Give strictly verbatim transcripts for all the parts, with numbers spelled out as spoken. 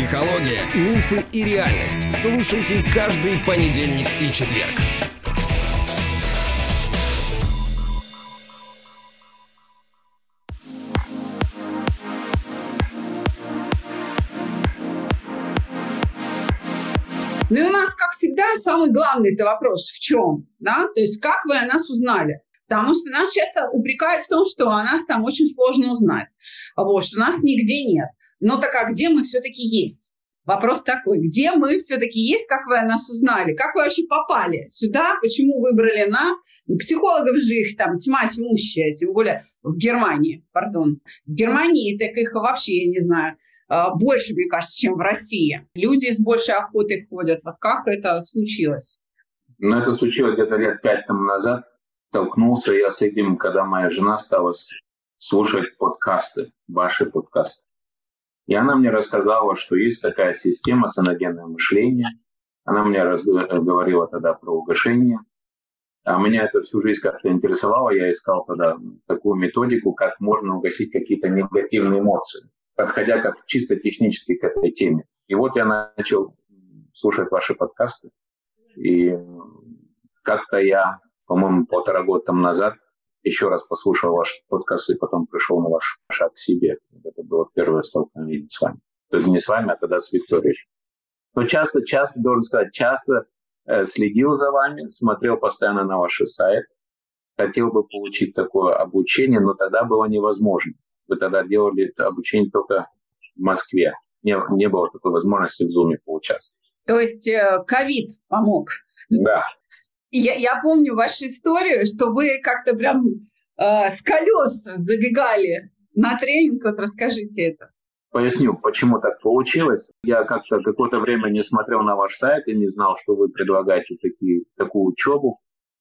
Психология, мифы и реальность. Слушайте каждый понедельник и четверг. Ну и у нас, как всегда, самый главный это вопрос в чем, да? То есть как вы о нас узнали? Потому что нас часто упрекают в том, что о нас там очень сложно узнать, вот, что нас нигде нет. Но так а где мы все-таки есть? Вопрос такой, где мы все-таки есть, как вы о нас узнали? Как вы вообще попали сюда? Почему выбрали нас? Психологов же их там тьма тьмущая, тем более в Германии, пардон. В Германии так их вообще, я не знаю, больше, мне кажется, чем в России. Люди с большей охотой ходят. Вот как это случилось? Ну, это случилось где-то лет пять тому назад. Столкнулся я с этим, когда моя жена стала слушать подкасты, ваши подкасты. И она мне рассказала, что есть такая система саногенное мышление. Она мне говорила тогда про угошение. А меня это всю жизнь как-то интересовало. Я искал тогда такую методику, как можно угасить какие-то негативные эмоции, подходя как чисто технически к этой теме. И вот я начал слушать ваши подкасты. И как-то я, по-моему, полтора года тому назад еще раз послушал ваш подкаст и потом пришел на ваш шаг к себе. Это было первое столкновение с вами. То есть не с вами, а тогда с Викторией. Но часто, часто, должен сказать, часто э, следил за вами, смотрел постоянно на ваш сайт. Хотел бы получить такое обучение, но тогда было невозможно. Вы тогда делали это обучение только в Москве. Не, не было такой возможности в Zoom поучаствовать. То есть ковид э, помог? Да. Я, я помню вашу историю, что вы как-то прям э, с колес забегали на тренинг. Вот расскажите это. Поясню, почему так получилось. Я как-то какое-то время не смотрел на ваш сайт и не знал, что вы предлагаете такие, такую учебу.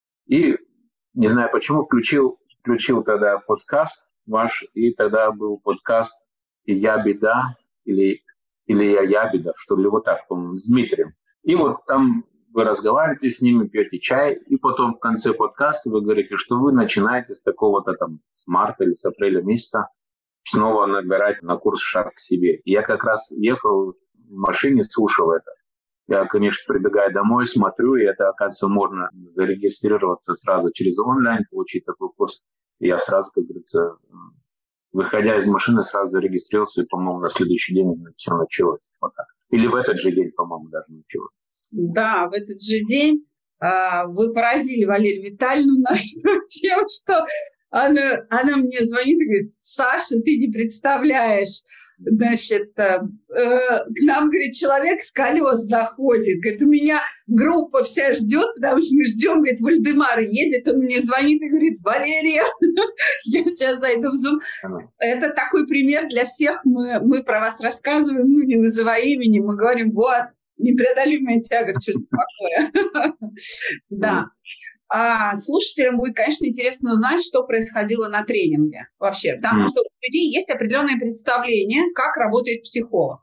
И, не знаю почему, включил, включил тогда подкаст ваш, и тогда был подкаст «Я беда» или, или «Я ябеда», что ли, вот так, по-моему, с Дмитрием. И вот там вы разговариваете с ними, пьете чай, и потом в конце подкаста вы говорите, что вы начинаете с такого-то там, с марта или с апреля месяца снова набирать на курс «Шаг к себе». И я как раз ехал в машине, слушал это. Я, конечно, прибегаю домой, смотрю, и это, оказывается, можно зарегистрироваться сразу через онлайн, получить такой курс. И я сразу, как говорится, выходя из машины, сразу зарегистрировался, и, по-моему, на следующий день все началось. Вот так. Или в этот же день, по-моему, даже началось. Да, в этот же день а, вы поразили Валерию Витальевну нашу тем, что она, она мне звонит и говорит: Саша, ты не представляешь, значит, э, к нам, говорит, человек с колес заходит, говорит, у меня группа вся ждет, потому что мы ждем, говорит, Вальдемар едет, он мне звонит и говорит: Валерия, я сейчас зайду в Zoom. Это такой пример для всех, мы, мы про вас рассказываем, ну, не называя имени, мы говорим: вот, непреодолимая тяга к чувству покоя. Да. А слушателям будет, конечно, интересно узнать, что происходило на тренинге вообще. Потому что у людей есть определенное представление, как работает психолог.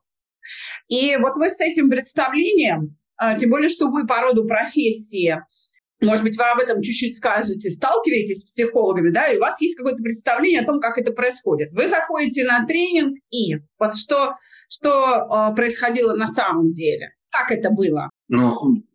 И вот вы с этим представлением, тем более, что вы по роду профессии, может быть, вы об этом чуть-чуть скажете, сталкиваетесь с психологами, да, и у вас есть какое-то представление о том, как это происходит. Вы заходите на тренинг, и вот что, что происходило на самом деле? Как это было? Ну,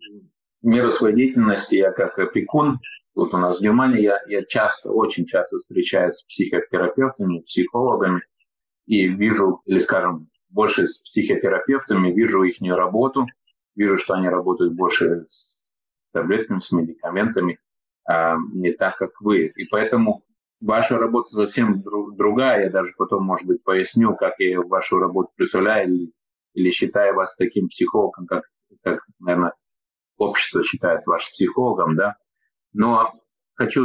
в меру своей деятельности я как опекун, вот у нас в Германии, я, я часто, очень часто встречаюсь с психотерапевтами, психологами и вижу, или, скажем, больше с психотерапевтами, вижу их работу, вижу, что они работают больше с таблетками, с медикаментами, а не так, как вы. И поэтому ваша работа совсем другая. Я даже потом, может быть, поясню, как я вашу работу представляю или, или считаю вас таким психологом, как, как, наверное, общество считает вас психологом, да. Но хочу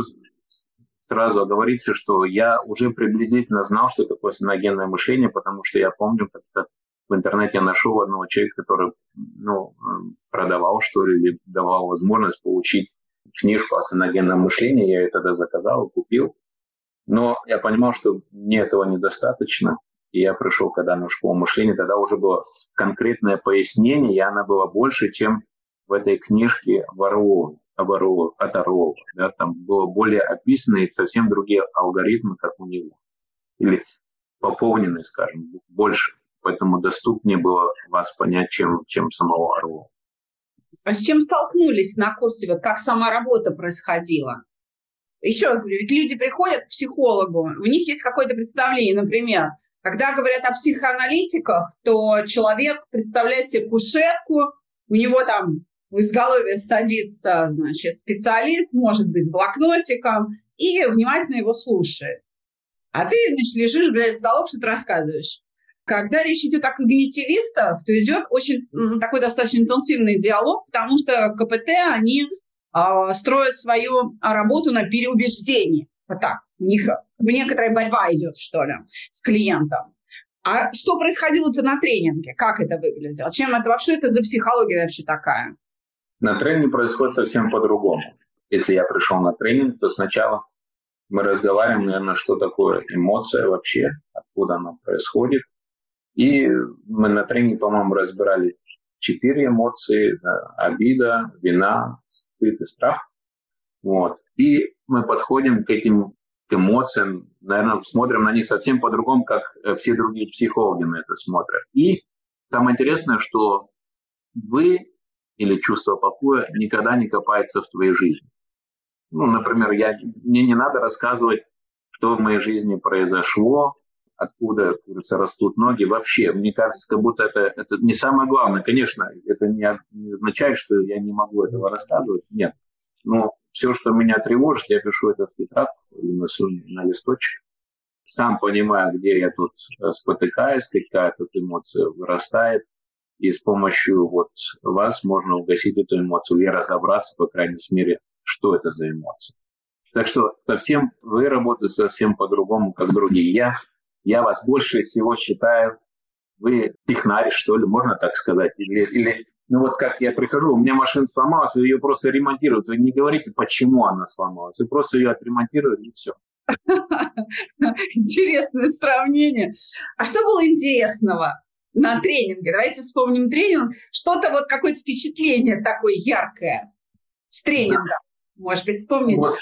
сразу оговориться, что я уже приблизительно знал, что такое саногенное мышление, потому что я помню, как-то в интернете я нашел одного человека, который, ну, продавал, что ли, или давал возможность получить книжку о саногенном мышлении. Я ее тогда заказал, купил. Но я понимал, что мне этого недостаточно. И я пришел, когда на школу мышления, тогда уже было конкретное пояснение, и она была больше, чем в этой книжке Орлова, от Орлова. Да, там было более описаны совсем другие алгоритмы, как у него. Или пополненные, скажем, больше. поэтому доступнее было вас понять, чем, чем самого Орлова. А с чем столкнулись на курсе? Вот как сама работа происходила? Еще раз говорю, ведь люди приходят к психологу, у них есть какое-то представление, например, когда говорят о психоаналитиках, то человек представляет себе кушетку, у него там в изголовье садится, значит, специалист, может быть, с блокнотиком, и внимательно его слушает. А ты, значит, лежишь, глядя в потолок, что-то рассказываешь. Когда речь идет о когнитивистах, то идет очень ну, такой достаточно интенсивный диалог, потому что КПТ, они э, строят свою работу на переубеждении. Вот так. У них некоторая борьба идет, что ли, с клиентом. А что происходило-то на тренинге? Как это выглядело? Чем это вообще? Это за психология вообще такая? На тренинге происходит совсем по-другому. Если я пришел на тренинг, то сначала мы разговариваем, наверное, что такое эмоция вообще, откуда она происходит. И мы на тренинге, по-моему, разбирали четыре эмоции: обида, вина, стыд и страх. Вот. И мы подходим к этим к эмоциям, наверное, смотрим на них совсем по-другому, как все другие психологи на это смотрят. И самое интересное, что вы или чувство покоя никогда не копается в твоей жизни. Ну, например, я, мне не надо рассказывать, что в моей жизни произошло, откуда, как говорится, растут ноги. Вообще, мне кажется, как будто это, это не самое главное. Конечно, это не, не означает, что я не могу этого рассказывать. Нет. Но все, что меня тревожит, я пишу это в тетрадку или на, на листочек. Сам понимаю, где я тут спотыкаюсь, какая-то эмоция вырастает. И с помощью вот вас можно угасить эту эмоцию или разобраться, по крайней мере, что это за эмоция. Так что совсем вы работаете совсем по-другому, как другие. Я, я вас больше всего считаю, вы технарь, что ли, можно так сказать. Или, или, ну вот как я прихожу, у меня машина сломалась, вы ее просто ремонтируете. Вы не говорите, почему она сломалась. Вы просто ее отремонтируете, и все. Интересное сравнение. А что было интересного на тренинге? Давайте вспомним тренинг. Что-то вот, какое-то впечатление такое яркое с тренинга. Может быть, вспомните? Вот,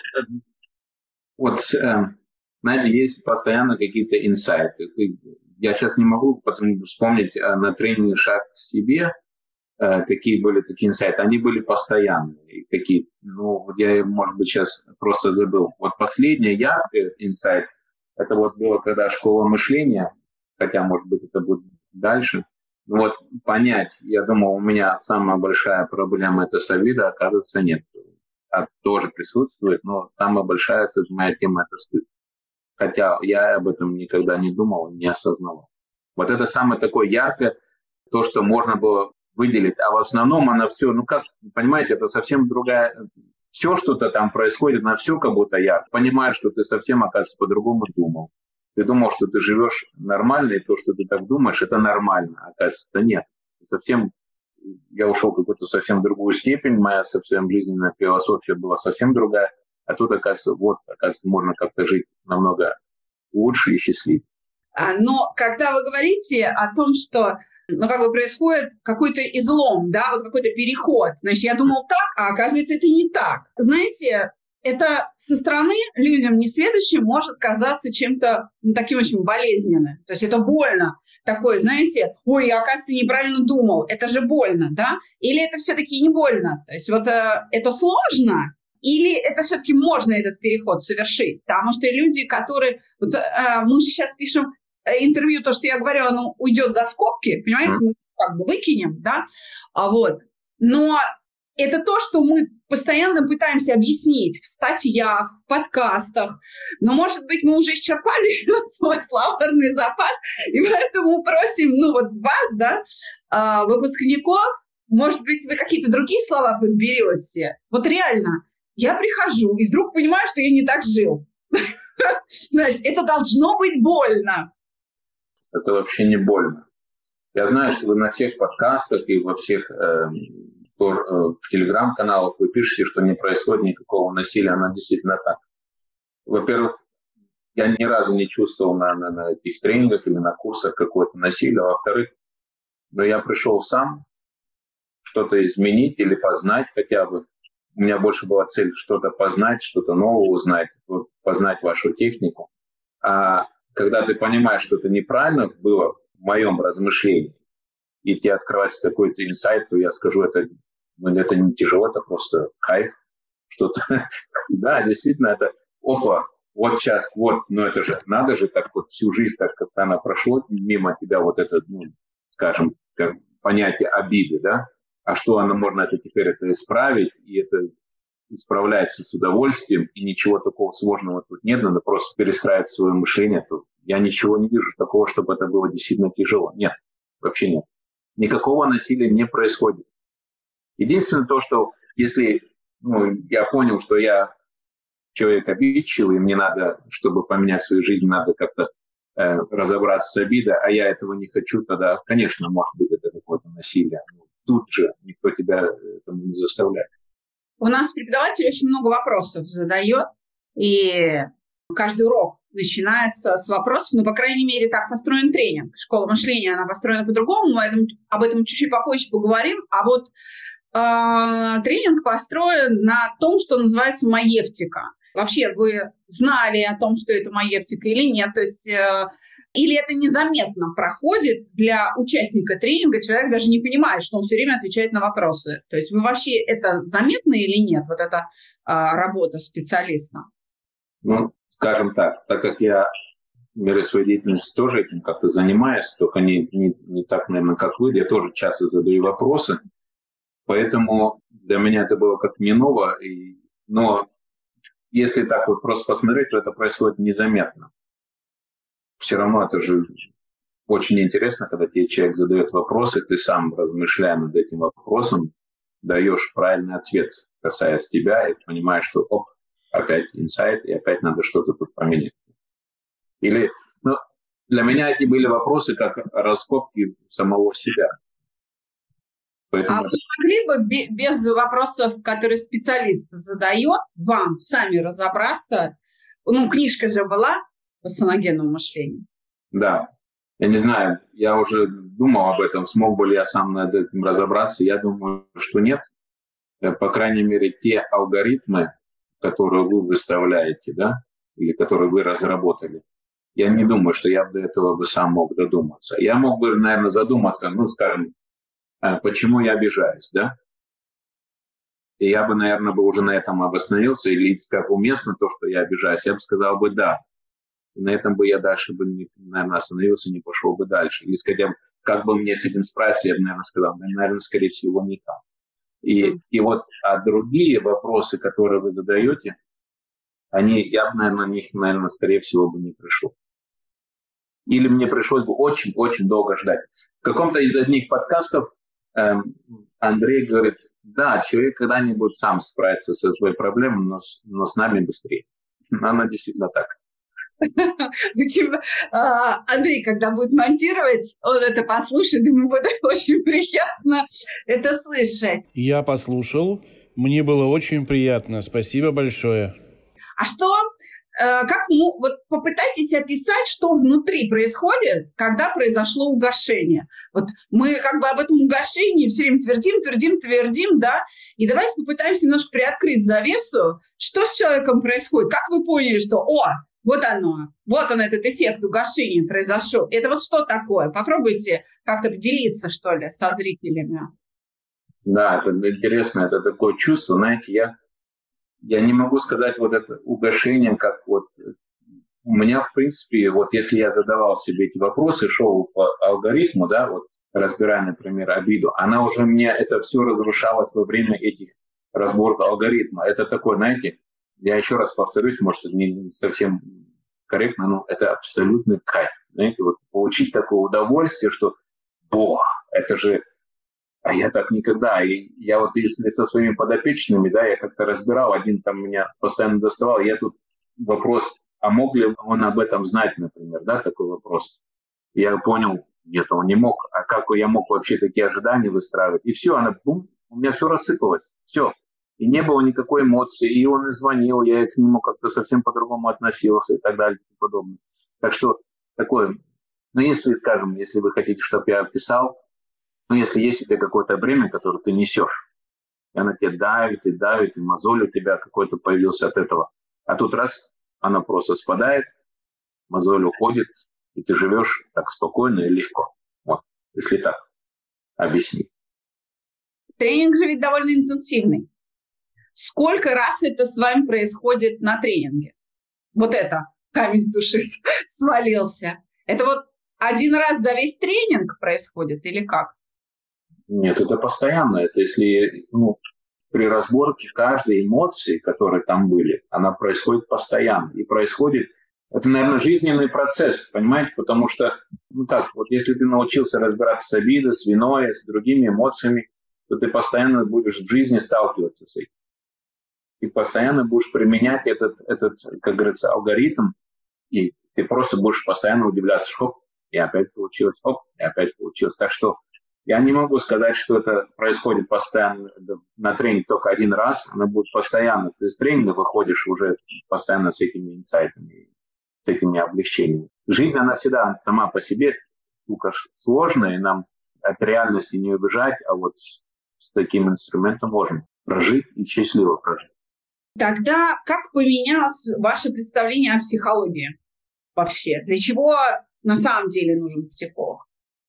вот э, знаете, есть постоянно какие-то инсайты. Я сейчас не могу потом вспомнить э, на тренинге «Шаг к себе», э, какие были такие инсайты. Они были постоянные. Какие, ну, я, может быть, сейчас просто забыл. Вот последний яркий инсайт, это вот было, когда школа мышления, хотя, может быть, это будет дальше. Вот понять, я думал, у меня самая большая проблема это с обидой, оказывается, нет. А тоже присутствует, но самая большая это моя тема это стыд. Хотя я об этом никогда не думал, не осознавал. Вот это самое такое яркое, то, что можно было выделить. А в основном она все, ну как, понимаете, это совсем другая. Все что-то там происходит, на все как будто ярко. Понимаешь, что ты совсем, оказывается, по-другому думал. Ты думал, что ты живешь нормально, и то, что ты так думаешь, это нормально. Оказывается, это нет. Совсем, я ушел в какую-то совсем другую степень, моя совсем жизненная философия была совсем другая. А тут, оказывается, вот, оказывается, можно как-то жить намного лучше и счастливее. Но когда вы говорите о том, что ну, как бы происходит какой-то излом, да, вот какой-то переход, значит, я думал так, а оказывается, это не так. Знаете, это со стороны людям несведущим может казаться чем-то ну, таким очень болезненным. То есть это больно. Такое, знаете, ой, я, оказывается, неправильно думал. Это же больно, да? Или это все-таки не больно? То есть вот э, это сложно? Или это все-таки можно этот переход совершить? Потому что люди, которые... Вот, э, мы же сейчас пишем интервью, то, что я говорю, оно уйдет за скобки, понимаете? Мы как бы выкинем, да? А вот. Но это то, что мы постоянно пытаемся объяснить в статьях, в подкастах. Но, может быть, мы уже исчерпали свой словарный запас, и поэтому просим, ну, вот вас, да, выпускников, может быть, вы какие-то другие слова подберете. Вот реально, я прихожу и вдруг понимаю, что я не так жил. Значит, это должно быть больно. Это вообще не больно. Я знаю, что вы на всех подкастах и во всех... в телеграм-каналах вы пишете, что не происходит никакого насилия, оно действительно так. Во-первых, я ни разу не чувствовал на, на, на этих тренингах или на курсах какое-то насилие. Во-вторых, но я пришел сам что-то изменить или познать хотя бы. У меня больше была цель что-то познать, что-то новое узнать, познать вашу технику. А когда ты понимаешь, что это неправильно было, в моем размышлении, и тебе открывается какой-то инсайт, то я скажу, это, ну, это не тяжело, это просто кайф, что-то. Да, действительно, это опа, вот сейчас, вот, но это же, надо же так вот всю жизнь, так как она прошла мимо тебя, вот это, ну, скажем, как понятие обиды, да, а что оно можно это теперь это исправить, и это исправляется с удовольствием, и ничего такого сложного тут нет, надо просто перестраивать свое мышление, то я ничего не вижу такого, чтобы это было действительно тяжело. Нет, вообще нет. Никакого насилия не происходит. Единственное то, что если ну, я понял, что я человек обидчивый, и мне надо, чтобы поменять свою жизнь, надо как-то э, разобраться с обидой, а я этого не хочу, тогда, конечно, может быть, это какое-то насилие. Но тут же никто тебя этому не заставляет. У нас преподаватель очень много вопросов задает, и каждый урок начинается с вопросов, ну, по крайней мере, так построен тренинг. Школа мышления, она построена по-другому, мы этом, об этом чуть-чуть попозже поговорим, а вот э, тренинг построен на том, что называется маевтика. Вообще, вы знали о том, что это маевтика или нет? То есть, э, или это незаметно проходит для участника тренинга, человек даже не понимает, что он все время отвечает на вопросы. То есть, вы вообще это заметно или нет, вот эта э, работа специалиста? Ну, скажем так, так как я в мере своей деятельности тоже этим как-то занимаюсь, только не, не, не так, наверное, как вы, я тоже часто задаю вопросы, поэтому для меня это было как не ново, и, но если так вот просто посмотреть, то это происходит незаметно. Все равно это же очень интересно, когда тебе человек задает вопросы, ты сам, размышляя над этим вопросом, даешь правильный ответ, касаясь тебя, и понимаешь, что оп, опять инсайт, и опять надо что-то тут поменять. Или, ну, для меня эти были вопросы как раскопки самого себя. Поэтому а это... вы могли бы без вопросов, которые специалист задает, вам сами разобраться? Ну, книжка же была по саногенному мышлению. Да. Я не знаю, я уже думал об этом, смог бы ли я сам над этим разобраться. Я думаю, что нет. По крайней мере, те алгоритмы, которые вы выставляете, да, или которые вы разработали, я не думаю, что я до этого бы сам мог додуматься. Я мог бы, наверное, задуматься, ну, скажем, почему я обижаюсь, да? И я бы, наверное, бы уже на этом обоснованился, или как уместно то, что я обижаюсь, я бы сказал бы да. И на этом бы я дальше бы, наверное, остановился, не пошел бы дальше. Или сказать, как бы мне с этим справиться, я бы, наверное, сказал, наверное, скорее всего, не так. И, и вот, а другие вопросы, которые вы задаете, они, я бы, наверное, на них, наверное, скорее всего, бы не пришел. Или мне пришлось бы очень-очень долго ждать. В каком-то из одних подкастов эм, Андрей говорит, да, человек когда-нибудь сам справится со своей проблемой, но, но с нами быстрее. Она действительно так. Андрей, когда будет монтировать, он это послушает, ему будет очень приятно это слышать. Я послушал, мне было очень приятно, спасибо большое. А что, как, ну, вот попытайтесь описать, что внутри происходит, когда произошло угошение. Вот мы как бы об этом угошении все время твердим, твердим, твердим, да, и давайте попытаемся немножко приоткрыть завесу, что с человеком происходит, как вы поняли, что, о, вот оно, вот он, этот эффект угошения произошел. Это вот что такое? Попробуйте как-то поделиться, что ли, со зрителями. Да, это интересно, это такое чувство, знаете, я, я не могу сказать вот это угошение, как вот у меня, в принципе, вот если я задавал себе эти вопросы, шел по алгоритму, да, вот разбирая, например, обиду, она уже мне, это все разрушалось во время этих разборок алгоритма. Это такое, знаете, я еще раз повторюсь, может, это не совсем корректно, но это абсолютный кайф. Знаете, вот получить такое удовольствие, что, бог, это же, а я так никогда. И я вот если со своими подопечными, да, я как-то разбирал, один там меня постоянно доставал, я тут вопрос, а мог ли он об этом знать, например, да, такой вопрос. Я понял, нет, он не мог, а как я мог вообще такие ожидания выстраивать? И все, она, бум, у меня все рассыпалось, все. И не было никакой эмоции, и он и звонил, я к нему как-то совсем по-другому относился и так далее и подобное. Так что такое, ну если, скажем, если вы хотите, чтобы я описал, ну если есть у тебя какое-то бремя, которое ты несешь, и она тебе давит, и давит, и мозоль у тебя какой-то появился от этого. А тут раз, она просто спадает, мозоль уходит, и ты живешь так спокойно и легко. Вот, если так объяснить. Тренинг же ведь довольно интенсивный. Сколько раз это с вами происходит на тренинге? Вот это, камень с души свалился. Это вот один раз за весь тренинг происходит или как? Нет, это постоянно. Это если ну, при разборке каждой эмоции, которые там были, она происходит постоянно. И происходит, это, наверное, жизненный процесс, понимаете? Потому что, ну так, вот если ты научился разбираться с обидой, с виной, с другими эмоциями, то ты постоянно будешь в жизни сталкиваться с этим. Ты постоянно будешь применять этот, этот, как говорится, алгоритм, и ты просто будешь постоянно удивляться, что хоп, и опять получилось, хоп, и опять получилось. Так что я не могу сказать, что это происходит постоянно на тренинге только один раз, оно будет постоянно. Ты из тренинга выходишь уже постоянно с этими инсайтами, с этими облегчениями. Жизнь, она всегда сама по себе штука сложная, и нам от реальности не убежать, а вот с таким инструментом можем прожить и счастливо прожить. Тогда как поменялось ваше представление о психологии вообще? Для чего на самом деле нужен психолог?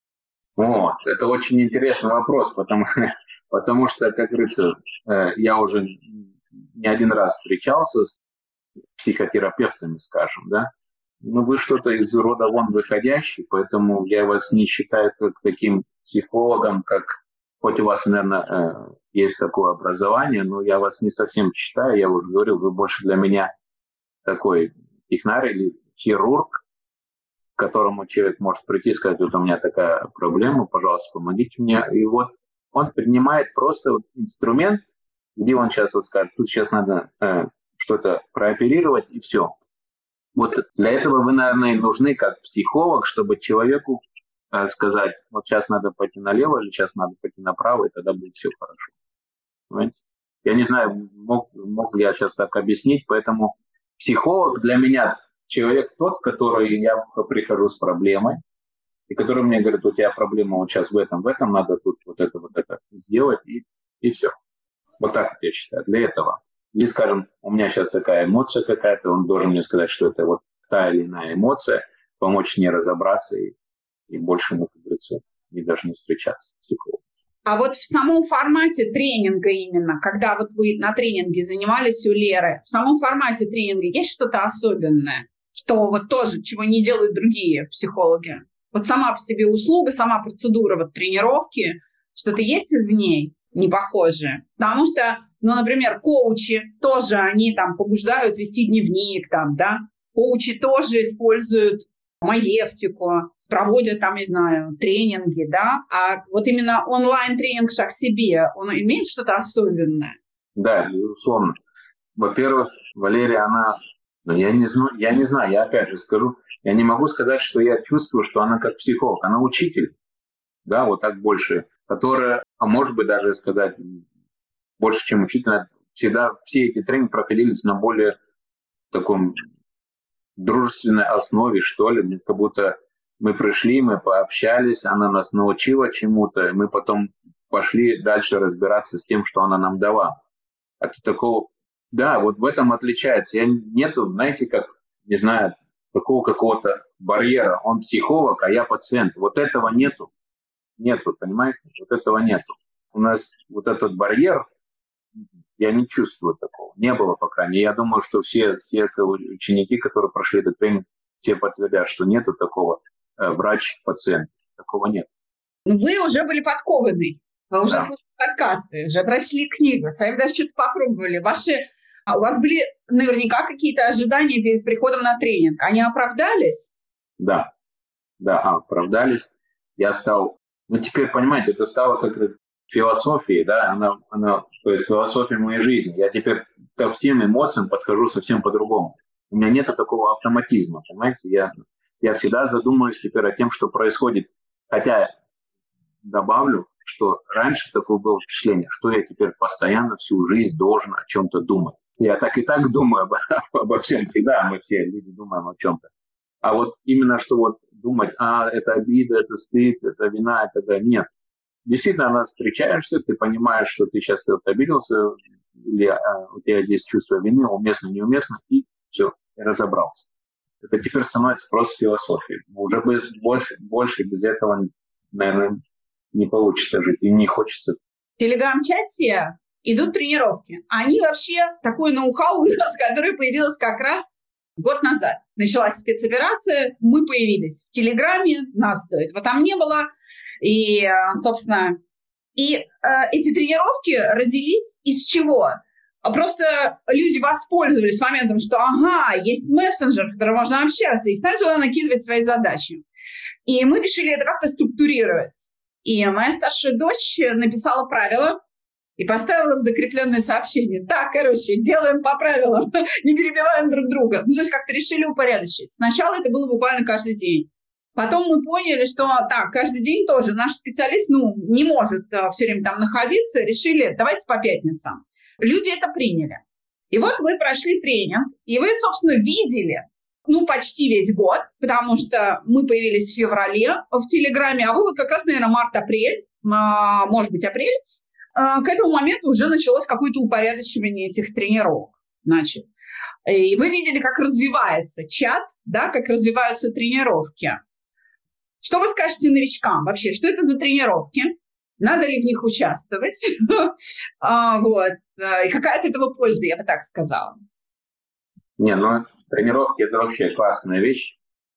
Вот, это очень интересный вопрос, потому, потому что, как говорится, я уже не один раз встречался с психотерапевтами, скажем, да. Но вы что-то из рода вон выходящий, поэтому я вас не считаю как таким психологом, как хоть у вас, наверное, есть такое образование, но я вас не совсем считаю, я уже говорил, вы больше для меня такой технарь или хирург, к которому человек может прийти и сказать, вот у меня такая проблема, пожалуйста, помогите мне. И вот он принимает просто вот инструмент, где он сейчас вот скажет, тут сейчас надо э, что-то прооперировать, и все. Вот для этого вы, наверное, нужны как психолог, чтобы человеку э, сказать, вот сейчас надо пойти налево, или сейчас надо пойти направо, и тогда будет все хорошо. Понимаете? Я не знаю, мог, мог ли я сейчас так объяснить, поэтому психолог для меня человек тот, который я прихожу с проблемой, и который мне говорит, у тебя проблема вот сейчас в этом, в этом, надо тут вот это, вот это сделать, и, и все. Вот так я считаю, для этого. Или, скажем, у меня сейчас такая эмоция какая-то, он должен мне сказать, что это вот та или иная эмоция, помочь мне разобраться и, и больше, ну, как говорится, не даже не встречаться с психологом. А вот в самом формате тренинга именно, когда вот вы на тренинге занимались у Леры, в самом формате тренинга есть что-то особенное, что вот тоже, чего не делают другие психологи? Вот сама по себе услуга, сама процедура вот тренировки, что-то есть в ней не похожее? Потому что, ну, например, коучи тоже, они там побуждают вести дневник, там, да? Коучи тоже используют маевтику, проводят там, не знаю, тренинги, да? А вот именно онлайн-тренинг «Шаг к себе», он имеет что-то особенное? Да, безусловно. Во-первых, Валерия, она... Но я не, знаю, я не знаю, я опять же скажу, я не могу сказать, что я чувствую, что она как психолог. Она учитель, да, вот так больше, которая, а может быть даже сказать, больше, чем учитель, всегда все эти тренинги проходились на более таком дружественной основе, что ли, как будто мы пришли, мы пообщались, она нас научила чему-то, и мы потом пошли дальше разбираться с тем, что она нам дала. От такого... Да, вот в этом отличается. Я нету, знаете, как, не знаю, такого какого-то барьера. Он психолог, а я пациент. Вот этого нету. Нету, понимаете? Вот этого нету. У нас вот этот барьер, я не чувствую такого. Не было, по крайней мере. Я думаю, что все, все ученики, которые прошли этот тренинг, все подтвердят, что нету такого э, врач-пациент. Такого нет. Ну, вы уже были подкованы. Вы уже Да. слушали подкасты, уже прочли книгу, сами даже что-то попробовали. Ваши... У вас были наверняка какие-то ожидания перед приходом на тренинг. Они оправдались? Да, да, оправдались. Я стал... Ну, теперь, понимаете, это стало как философией, да, она, она, то есть философия моей жизни. Я теперь ко всем эмоциям подхожу совсем по-другому. У меня нет такого автоматизма, понимаете? Я, я всегда задумываюсь теперь о том, что происходит. Хотя добавлю, что раньше такое было впечатление, что я теперь постоянно всю жизнь должен о чем-то думать. Я так и так думаю обо, обо всем. Да, мы все люди думаем о чем-то. А вот именно что вот думать, а, это обида, это стыд, это вина, это да, нет. Действительно, она встречаешься, ты понимаешь, что ты сейчас обиделся, или а, у тебя есть чувство вины, уместно, неуместно, и все, и разобрался. это теперь становится просто философией. Уже без, больше, больше без этого, наверное, не получится жить и не хочется. В телеграм-чате идут тренировки. Они вообще такое ноу-хау у нас, которое появилось как раз год назад. Началась спецоперация, мы появились в Телеграме, нас до этого там не было. И, собственно, и э, эти тренировки родились из чего? Просто люди воспользовались моментом, что ага, есть мессенджер, в котором можно общаться, и стали туда накидывать свои задачи. И мы решили это как-то структурировать. И моя старшая дочь написала правила и поставила в закрепленное сообщение. Так, короче, делаем по правилам, не перебиваем друг друга. Ну, то есть как-то решили упорядочить. Сначала это было буквально каждый день. Потом мы поняли, что так, каждый день тоже наш специалист ну, не может а, все время там находиться. Решили, давайте по пятницам. Люди это приняли. И вот вы прошли тренинг, и вы, собственно, видели, ну, почти весь год, потому что мы появились в феврале в Телеграме, а вы вот как раз, наверное, март-апрель, а, может быть, апрель, а, к этому моменту уже началось какое-то упорядочивание этих тренировок. Значит, и вы видели, как развивается чат, да, как развиваются тренировки. Что вы скажете новичкам вообще? Что это за тренировки? Надо ли в них участвовать? а, вот. И какая от этого польза, я бы так сказала? Не, ну тренировки – это вообще классная вещь.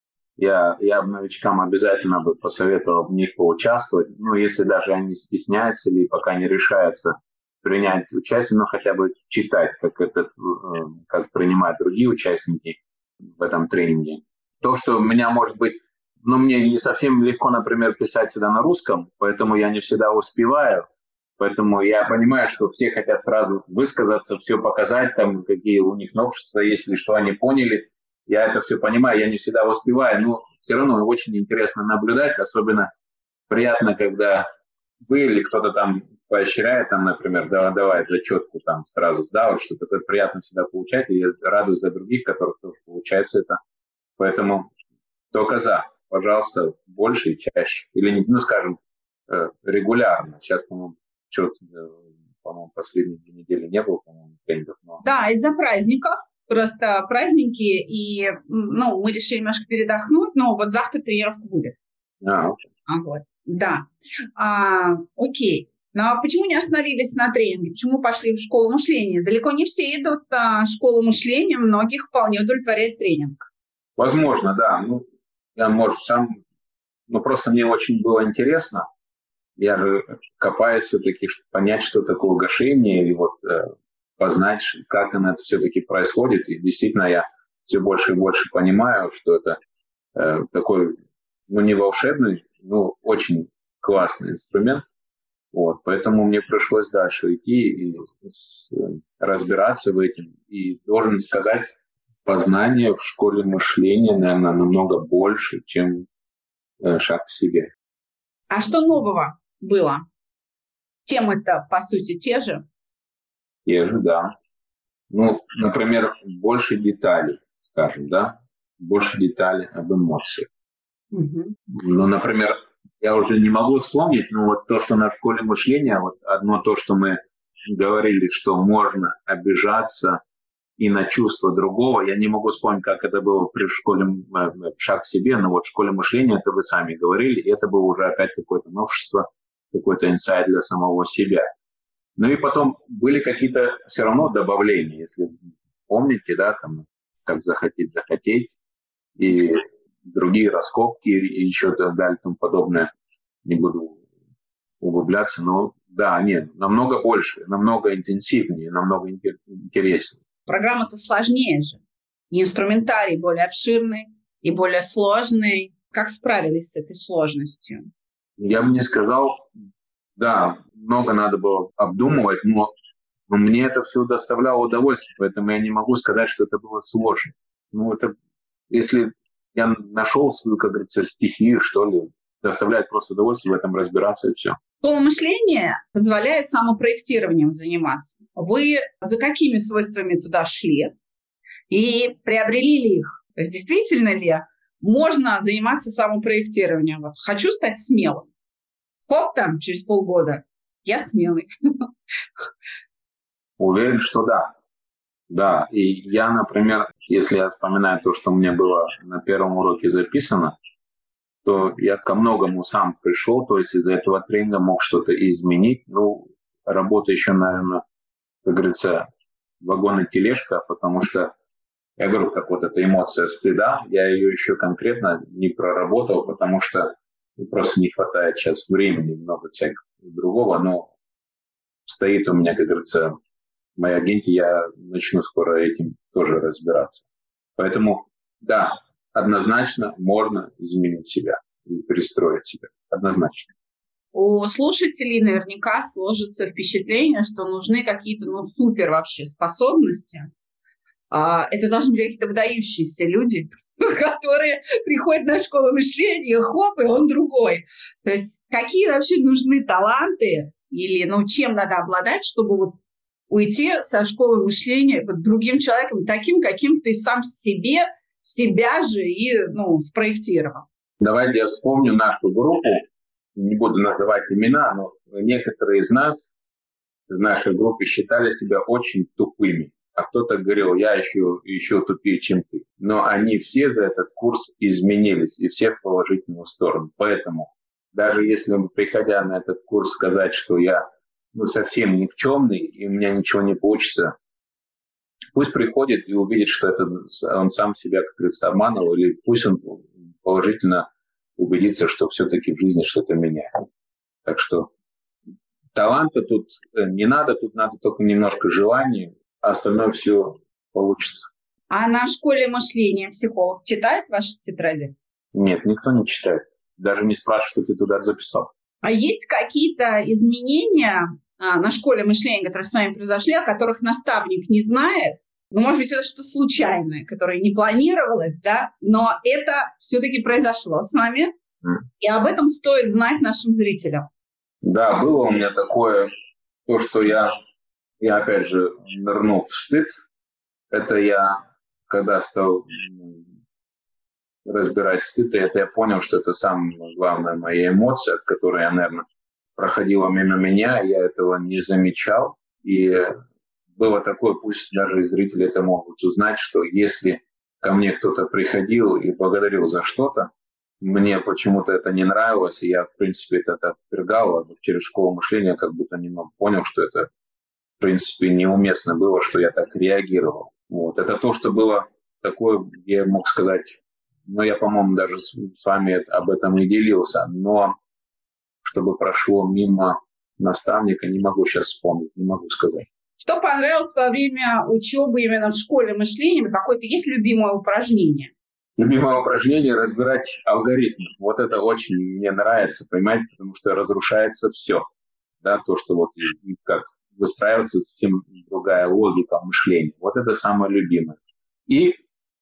Я, я новичкам обязательно бы посоветовал в них поучаствовать. Ну, если даже они стесняются или пока не решаются принять участие, но хотя бы читать, как, это, как принимают другие участники в этом тренинге. То, что у меня может быть... Но мне не совсем легко, например, писать сюда на русском, поэтому я не всегда успеваю. Поэтому я понимаю, что все хотят сразу высказаться, все показать, там, какие у них новшества есть, или что они поняли. Я это все понимаю, я не всегда успеваю, но все равно очень интересно наблюдать. Особенно приятно, когда вы или кто-то там поощряет, там, например, давай зачетку там сразу сдал, что такое приятно всегда получать. И я радуюсь за других, которых тоже получается это. Поэтому только за. Пожалуйста, больше и чаще. Или, ну, скажем, регулярно. Сейчас, по-моему, что-то, по-моему, последние две недели не было, по-моему, тренингов. Но... Да, из-за праздников. Просто праздники, и, ну, мы решили немножко передохнуть, но вот завтра тренировка будет. А, окей. А, вот, да. А, окей. Ну, а почему не остановились на тренинге? Почему пошли в школу мышления? Далеко не все идут в школу мышления, многих вполне удовлетворяет тренинг. Возможно, да. Ну, я, может, сам... Ну, просто мне очень было интересно. Я же копаюсь все-таки, чтобы понять, что такое гашение, или вот э, познать, как оно это все-таки происходит. И действительно, я все больше и больше понимаю, что это э, такой, ну, не волшебный, но очень классный инструмент. Вот, поэтому мне пришлось дальше идти и с, разбираться в этом. И должен сказать, познание в школе мышления, наверное, намного больше, чем э, шаг к себе. А что нового было? Темы-то, по сути, те же? Те же, да. Ну, например, больше деталей, скажем, да? Больше деталей об эмоциях. Угу. Ну, например, я уже не могу вспомнить, но вот то, что на школе мышления, вот одно то, что мы говорили, что можно обижаться и на чувства другого, я не могу вспомнить, как это было при школе «Шаг к себе», но вот в школе мышления это вы сами говорили, и это было уже опять какое-то новшество, какой-то инсайт для самого себя. Ну и потом были какие-то все равно добавления, если помните, да, там, как захотеть, захотеть, и другие раскопки, и еще так далее, и тому подобное. Не буду углубляться, но да, нет, намного больше, намного интенсивнее, намного интереснее. Программа-то сложнее же. И инструментарий более обширный, и более сложный. Как справились с этой сложностью? Я бы не сказал, да, много надо было обдумывать, но, но мне это все доставляло удовольствие, поэтому я не могу сказать, что это было сложно. Ну, это, если я нашел свою, как говорится, стихию, что ли, доставляет просто удовольствие в этом разбираться и все. Школа мышления позволяет самопроектированием заниматься. Вы за какими свойствами туда шли и приобрели ли их? То есть действительно ли можно заниматься самопроектированием? Вот, хочу стать смелым. Хоп, там, через полгода я смелый. Уверен, что да. Да, и я, например, если я вспоминаю то, что у меня было на первом уроке записано, то я ко многому сам пришел, то есть из-за этого тренинга мог что-то изменить. Ну, работа еще, наверное, как говорится, вагон и тележка, потому что, я говорю, как вот эта эмоция стыда, я ее еще конкретно не проработал, потому что просто не хватает сейчас времени, много всякого другого, но стоит у меня, как говорится, в моей агенте, я начну скоро этим тоже разбираться. Поэтому, да, однозначно можно изменить себя и перестроить себя. Однозначно. У слушателей наверняка сложится впечатление, что нужны какие-то, ну, супер вообще способности. А, это должны быть какие-то выдающиеся люди, которые приходят на школу мышления, хоп, и он другой. То есть какие вообще нужны таланты или, ну, чем надо обладать, чтобы вот уйти со школы мышления под другим человеком, таким, каким ты сам себе, себя же и, ну, спроектировал. Давайте я вспомню нашу группу, не буду называть имена, но некоторые из нас в нашей группе считали себя очень тупыми. А кто-то говорил, я еще, еще тупее, чем ты. Но они все за этот курс изменились, и все в положительную сторону. Поэтому даже если мы, приходя на этот курс, сказать, что я ну, совсем никчемный, и у меня ничего не получится, пусть приходит и увидит, что это он сам себя, как говорится, обманывал, или пусть он положительно убедится, что все-таки в жизни что-то меняет. Так что таланта тут не надо, тут надо только немножко желания, а остальное все получится. А на школе мышления психолог читает ваши тетради? Нет, никто не читает. Даже не спрашивает, что ты туда записал. А есть какие-то изменения а, на школе мышления, которые с вами произошли, о которых наставник не знает? Ну, может быть, это что-то случайное, которое не планировалось, да? Но это все-таки произошло с вами, mm. и об этом стоит знать нашим зрителям. Да, было у меня такое, то, что я, я опять же, нырнул в стыд. Это я, когда стал разбирать стыд, это я понял, что это самая главная моя эмоция, которая, наверное, проходила мимо меня, я этого не замечал. И было такое, пусть даже и зрители это могут узнать, что если ко мне кто-то приходил и благодарил за что-то, мне почему-то это не нравилось, и я, в принципе, это отвергал, а через школу мышления как будто немного понял, что это, в принципе, неуместно было, что я так реагировал. Вот. Это то, что было такое, я мог сказать, но я, по-моему, даже с вами об этом и делился, но чтобы прошло мимо наставника, не могу сейчас вспомнить, не могу сказать. Что понравилось во время учебы именно в школе мышления? Какое-то есть любимое упражнение? Любимое упражнение – разбирать алгоритм. Вот это очень мне нравится, понимаете, потому что разрушается все. Да, то, что вот как выстраивается совсем другая логика мышления. Вот это самое любимое. И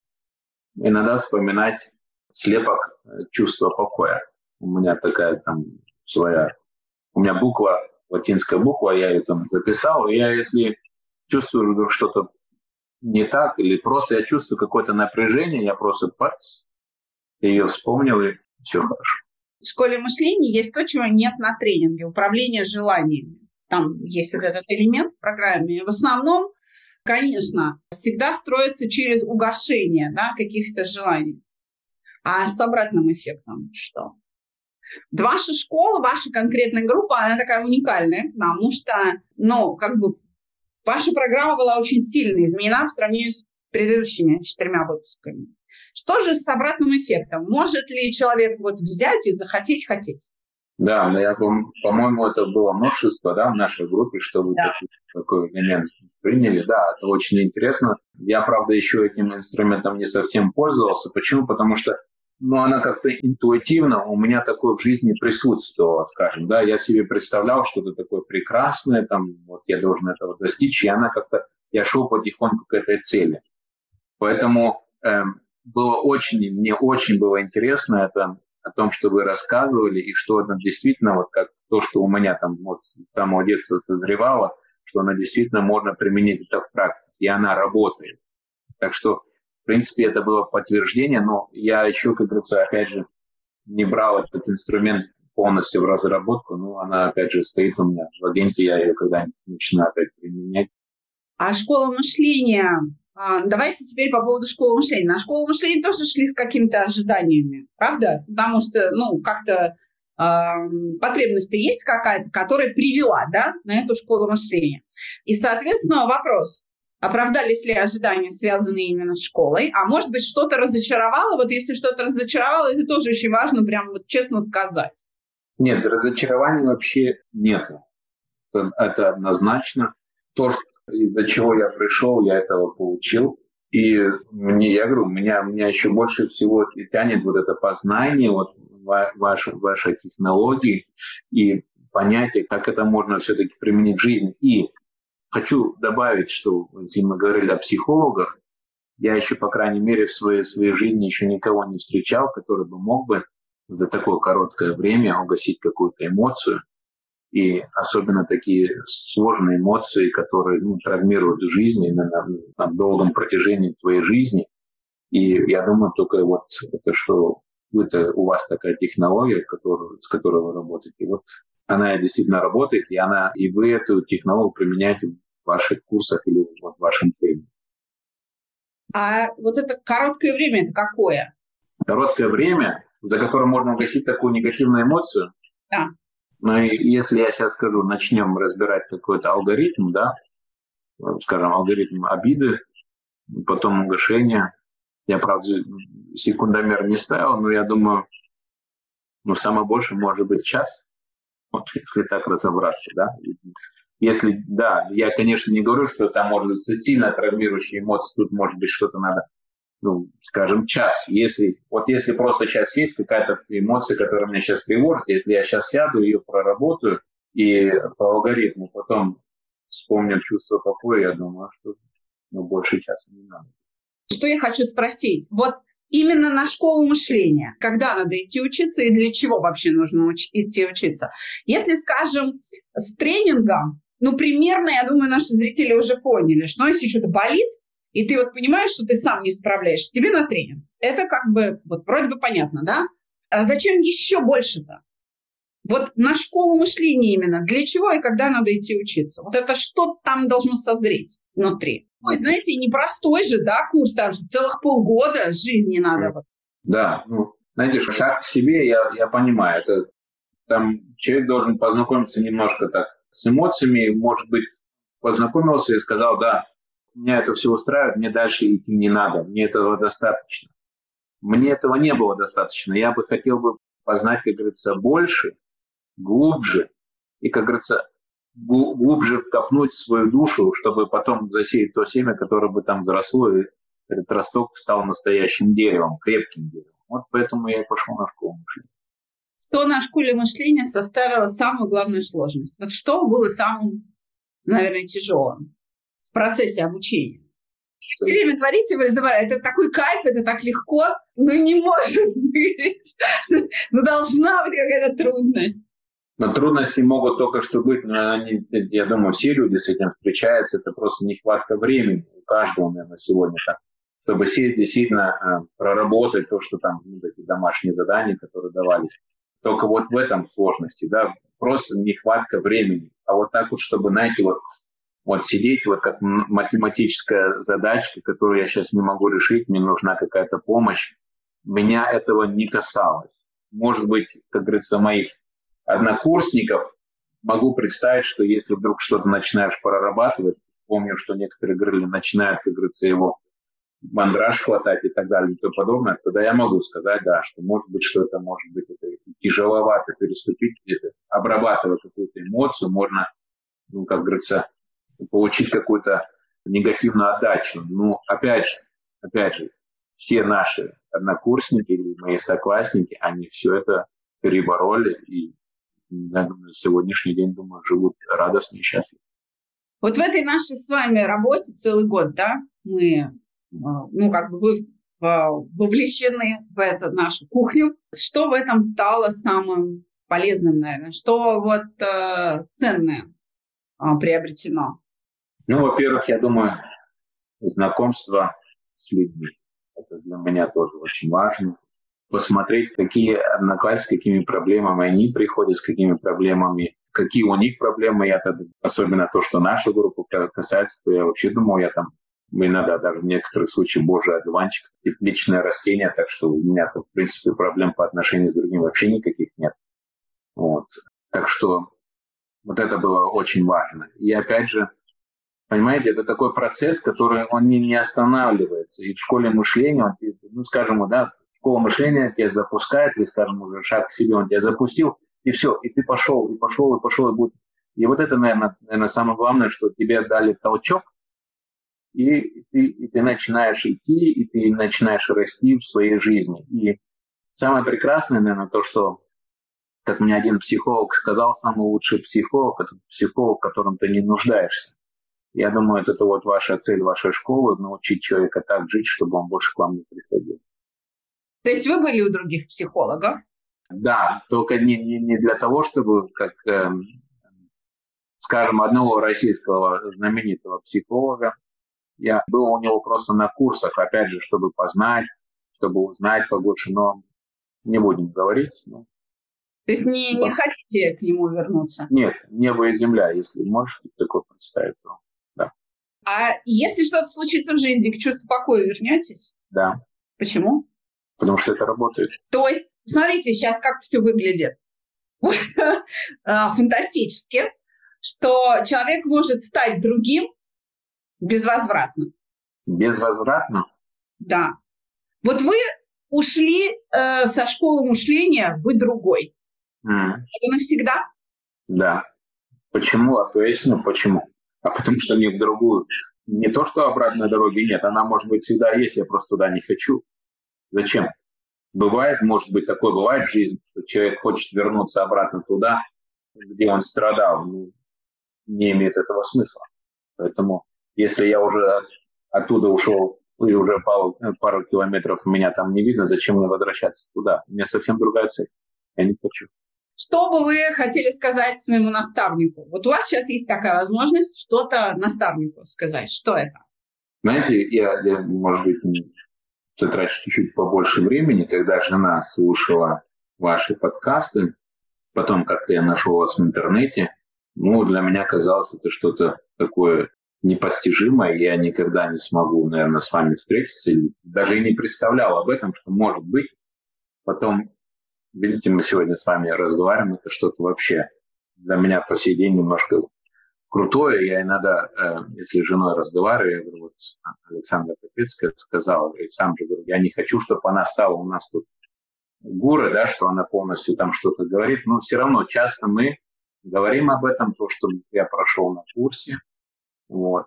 иногда вспоминать слепок чувства покоя. У меня такая там своя... У меня буква, латинская буква, я ее там записал, и я, если чувствую что-то не так, или просто я чувствую какое-то напряжение, я просто пац, ее вспомнил, и все хорошо. В школе мышления есть то, чего нет на тренинге – управление желаниями. Там есть вот этот элемент в программе. В основном, конечно, всегда строится через угошение, да, каких-то желаний. А с обратным эффектом что? Ваша школа, ваша конкретная группа, она такая уникальная, потому что, ну, как бы, ваша программа была очень сильно изменена по сравнению с предыдущими четырьмя выпусками. Что же с обратным эффектом? Может ли человек вот взять и захотеть хотеть? Да, но я, по-моему, это было множество, да, в нашей группе, что вы да. такой элемент приняли. Да, это очень интересно. Я, правда, еще этим инструментом не совсем пользовался. Почему? Потому что ну, она как-то интуитивно у меня такое в жизни присутствовало, скажем, да, я себе представлял что-то такое прекрасное, там, вот я должен этого достичь, и она как-то, я шел потихоньку к этой цели. Поэтому э, было очень, мне очень было интересно это, о том, что вы рассказывали, и что это действительно, вот как то, что у меня там вот с самого детства созревало, что она действительно можно применить это в практике, и она работает. Так что в принципе, это было подтверждение, но я еще, как говорится, опять же, не брал этот инструмент полностью в разработку, но она, опять же, стоит у меня в агенте, я ее когда-нибудь начинаю опять применять. А школа мышления... Давайте теперь по поводу школы мышления. На школу мышления тоже шли с какими-то ожиданиями, правда? Потому что, ну, как-то э, потребность-то есть какая-то, которая привела, да, на эту школу мышления. И, соответственно, вопрос, оправдались ли ожидания, связанные именно с школой, а может быть, что-то разочаровало? Вот если что-то разочаровало, это тоже очень важно, прям вот честно сказать. Нет, разочарований вообще нету. Это, это однозначно. То, что из-за чего я пришел, я этого получил. И мне, я говорю, меня, меня еще больше всего тянет вот это познание вот вашей, вашей технологии и понятие, как это можно все-таки применить в жизни. И хочу добавить, что если мы говорили о психологах, я еще, по крайней мере, в своей, своей жизни еще никого не встречал, который бы мог бы за такое короткое время угасить какую-то эмоцию. И особенно такие сложные эмоции, которые ну, травмируют жизнь на, на, на долгом протяжении твоей жизни. И я думаю, только вот это, что это, у вас такая технология, которую, с которой вы работаете, вот она действительно работает, и, она, и вы эту технологию применяете в ваших курсах или вот в вашем тренинге. А вот это короткое время, это какое? Короткое время, за которое можно угасить такую негативную эмоцию? Да. Ну, и если я сейчас скажу, начнем разбирать какой-то алгоритм, да, скажем, алгоритм обиды, потом угошения. Я, правда, секундомер не ставил, но я думаю, ну, самое большее может быть час, вот, если так разобраться, да. Если, да, я, конечно, не говорю, что там может быть сильно травмирующие эмоции, тут может быть что-то надо, ну, скажем, час. Если, вот если просто час есть какая-то эмоция, которая меня сейчас тревожит, если я сейчас сяду, ее проработаю и по алгоритму потом вспомню чувство покоя, я думаю, что ну, больше часа не надо. Что я хочу спросить? Вот именно на школу мышления, когда надо идти учиться и для чего вообще нужно уч- идти учиться? Если, скажем, с тренингом, ну, примерно, я думаю, наши зрители уже поняли, что если что-то болит, и ты вот понимаешь, что ты сам не справляешься, тебе на тренинг. Это как бы, вот вроде бы понятно, да? А зачем еще больше-то? Вот на школу мышления именно. Для чего и когда надо идти учиться? Вот это что там должно созреть внутри? Ой, знаете, непростой же, да, курс, там же целых полгода жизни надо. Вот. Да, ну, знаете, шаг к себе, я, я понимаю, это там человек должен познакомиться немножко так с эмоциями, может быть, познакомился и сказал, да, меня это все устраивает, мне дальше идти не надо, мне этого достаточно. Мне этого не было достаточно. Я бы хотел бы познать, как говорится, больше, глубже, и, как говорится, глубже вкопнуть в свою душу, чтобы потом засеять то семя, которое бы там взросло, и этот росток стал настоящим деревом, крепким деревом. Вот поэтому я и пошел на школу мышления. Что на школе мышления составило самую главную сложность? Вот что было самым, наверное, тяжелым в процессе обучения? Все время творите, вы думаете, это такой кайф, это так легко, ну не может быть. Ну должна быть какая-то трудность. Но трудности могут только что быть, но они, я думаю, все люди с этим встречаются, это просто нехватка времени у каждого, наверное, сегодня так, чтобы сесть действительно проработать то, что там, ну, эти домашние задания, которые давались. Только вот в этом сложности, да, просто нехватка времени. А вот так вот, чтобы, знаете, вот, вот сидеть, вот как математическая задачка, которую я сейчас не могу решить, мне нужна какая-то помощь, меня этого не касалось. Может быть, как говорится, моих однокурсников могу представить, что если вдруг что-то начинаешь прорабатывать, помню, что некоторые говорили, начинают, как говорится, его мандраж хватать и так далее и тому подобное, тогда я могу сказать, да, что может быть, что это может быть это тяжеловато переступить, где-то обрабатывая какую-то эмоцию, можно, ну, как говорится, получить какую-то негативную отдачу. Ну, опять же, опять же, все наши однокурсники или мои соклассники, они все это перебороли и на сегодняшний день, думаю, живут радостно и счастливо. Вот в этой нашей с вами работе целый год, да, мы, ну, как бы вы вовлечены в эту нашу кухню. Что в этом стало самым полезным, наверное? Что вот э, ценное э, приобретено? Ну, во-первых, я думаю, знакомство с людьми. Это для меня тоже очень важно. Посмотреть, какие одноклассники, с какими проблемами они приходят, с какими проблемами какие у них проблемы. Я тогда, особенно то, что нашу группу касается, то я вообще думал, я там иногда даже в некоторых случаях божий одуванчик, тепличное растение, так что у меня, в принципе, проблем по отношению с другими вообще никаких нет. Вот. Так что вот это было очень важно. И опять же, понимаете, это такой процесс, который он не, не останавливается. И в школе мышления, он, ну, скажем, да, школа мышления тебя запускает, или, скажем, уже шаг к себе он тебя запустил, и все, и ты пошел, и пошел, и пошел, и будет. И вот это, наверное, наверное самое главное, что тебе дали толчок, и, и, ты, и ты начинаешь идти, и ты начинаешь расти в своей жизни. И самое прекрасное, наверное, то, что, как мне один психолог сказал, самый лучший психолог – это психолог, в котором ты не нуждаешься. Я думаю, это вот ваша цель вашей школы – научить человека так жить, чтобы он больше к вам не приходил. То есть вы были у других психологов? Да, только не, не, не для того, чтобы, как, э, скажем, одного российского знаменитого психолога. Я был у него просто на курсах, опять же, чтобы познать, чтобы узнать побольше, но не будем говорить. Но... То есть не, не хотите к нему вернуться? Нет, небо и земля, если можете такое представить, то да. А если что-то случится в жизни, к чувству покоя вернетесь? Да. Почему? Потому что это работает. То есть, смотрите, сейчас как все выглядит. Фантастически, что человек может стать другим безвозвратно. Безвозвратно? Да. Вот вы ушли э, со школы мышления, вы другой. Mm. Это навсегда? Да. Почему? А поясню, почему. А потому что не в другую. Не то, что обратной дороги нет, она, может быть, всегда есть, я просто туда не хочу. Зачем? Бывает, может быть, такое бывает в жизни, что человек хочет вернуться обратно туда, где он страдал. Ну, не имеет этого смысла. Поэтому, если я уже оттуда ушел и уже пару, пару километров меня там не видно, зачем мне возвращаться туда? У меня совсем другая цель. Я не хочу. Что бы вы хотели сказать своему наставнику? Вот у вас сейчас есть такая возможность что-то наставнику сказать. Что это? Знаете, я, я может быть, трачу чуть-чуть побольше времени, когда жена слушала ваши подкасты, потом как-то я нашел вас в интернете, ну, для меня казалось, это что-то такое непостижимое, я никогда не смогу, наверное, с вами встретиться, даже и не представлял об этом, что может быть. Потом, видите, мы сегодня с вами разговариваем, это что-то вообще для меня по сей день немножко крутое. Я иногда, э, если с женой разговариваю, я говорю, вот Александра Капецкая сказала, говорит, сам же, говорю, я не хочу, чтобы она стала у нас тут гурой, да, что она полностью там что-то говорит, но все равно часто мы говорим об этом, то, что я прошел на курсе, вот.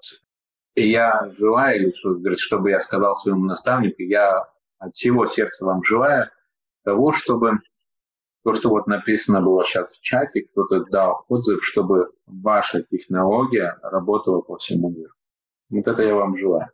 И я желаю, чтобы я сказал своему наставнику, я от всего сердца вам желаю того, чтобы то, что вот написано было сейчас в чате, кто-то дал отзыв, чтобы ваша технология работала по всему миру. Вот это я вам желаю.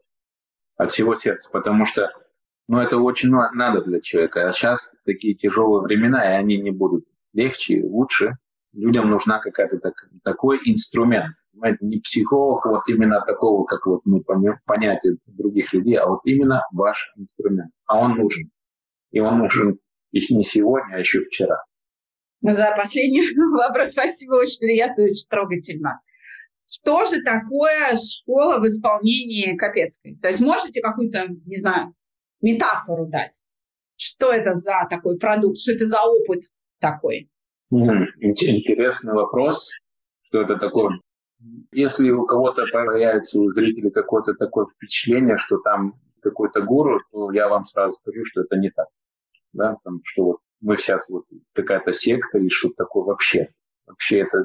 От всего сердца. Потому что ну, это очень надо для человека. А сейчас такие тяжелые времена, и они не будут легче и лучше. Людям нужна какая-то так, такой инструмент. Понимаете, не психолог, вот именно такого, как вот мы понятие других людей, а вот именно ваш инструмент. А он нужен. И он нужен и не сегодня, а еще вчера. Ну да, последний вопрос. Спасибо, очень приятно, очень трогательно. Что же такое школа в исполнении Капецкой? То есть можете какую-то, не знаю, метафору дать? Что это за такой продукт? Что это за опыт такой? Интересный вопрос. Что это такое? Если у кого-то появится, у зрителей какое-то такое впечатление, что там какой-то гуру, то я вам сразу скажу, что это не так. Да, там, что вот мы сейчас вот какая-то секта или что-то такое вообще. Вообще это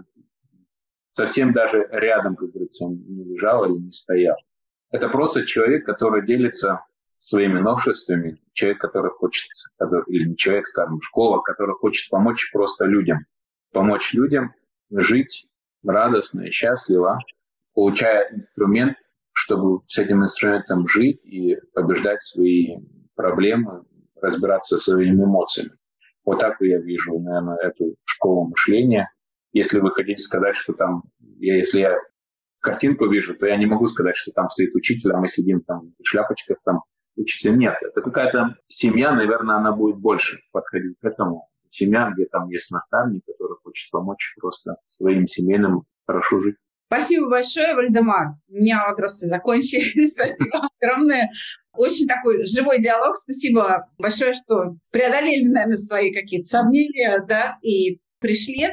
совсем даже рядом, как говорится, не лежал или не стоял. Это просто человек, который делится своими новшествами, человек, который хочет, или не человек, скажем, школа, который хочет помочь просто людям. Помочь людям жить радостно и счастливо, получая инструмент, чтобы с этим инструментом жить и побеждать свои проблемы, разбираться со своими эмоциями. Вот так я вижу, наверное, эту школу мышления. Если вы хотите сказать, что там, я, если я картинку вижу, то я не могу сказать, что там стоит учитель, а мы сидим там в шляпочках, там учителя нет. Это какая-то семья, наверное, она будет больше подходить к этому. семья, где там есть наставник, который хочет помочь просто своим семейным хорошо жить. Спасибо большое, Вальдемар. У меня вопросы закончились. Спасибо огромное. Очень такой живой диалог. Спасибо большое, что преодолели, наверное, свои какие-то сомнения, да, и пришли.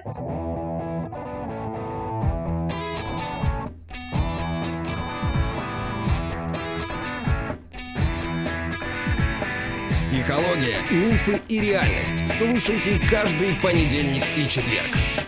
Психология, мифы и реальность. Слушайте каждый понедельник и четверг.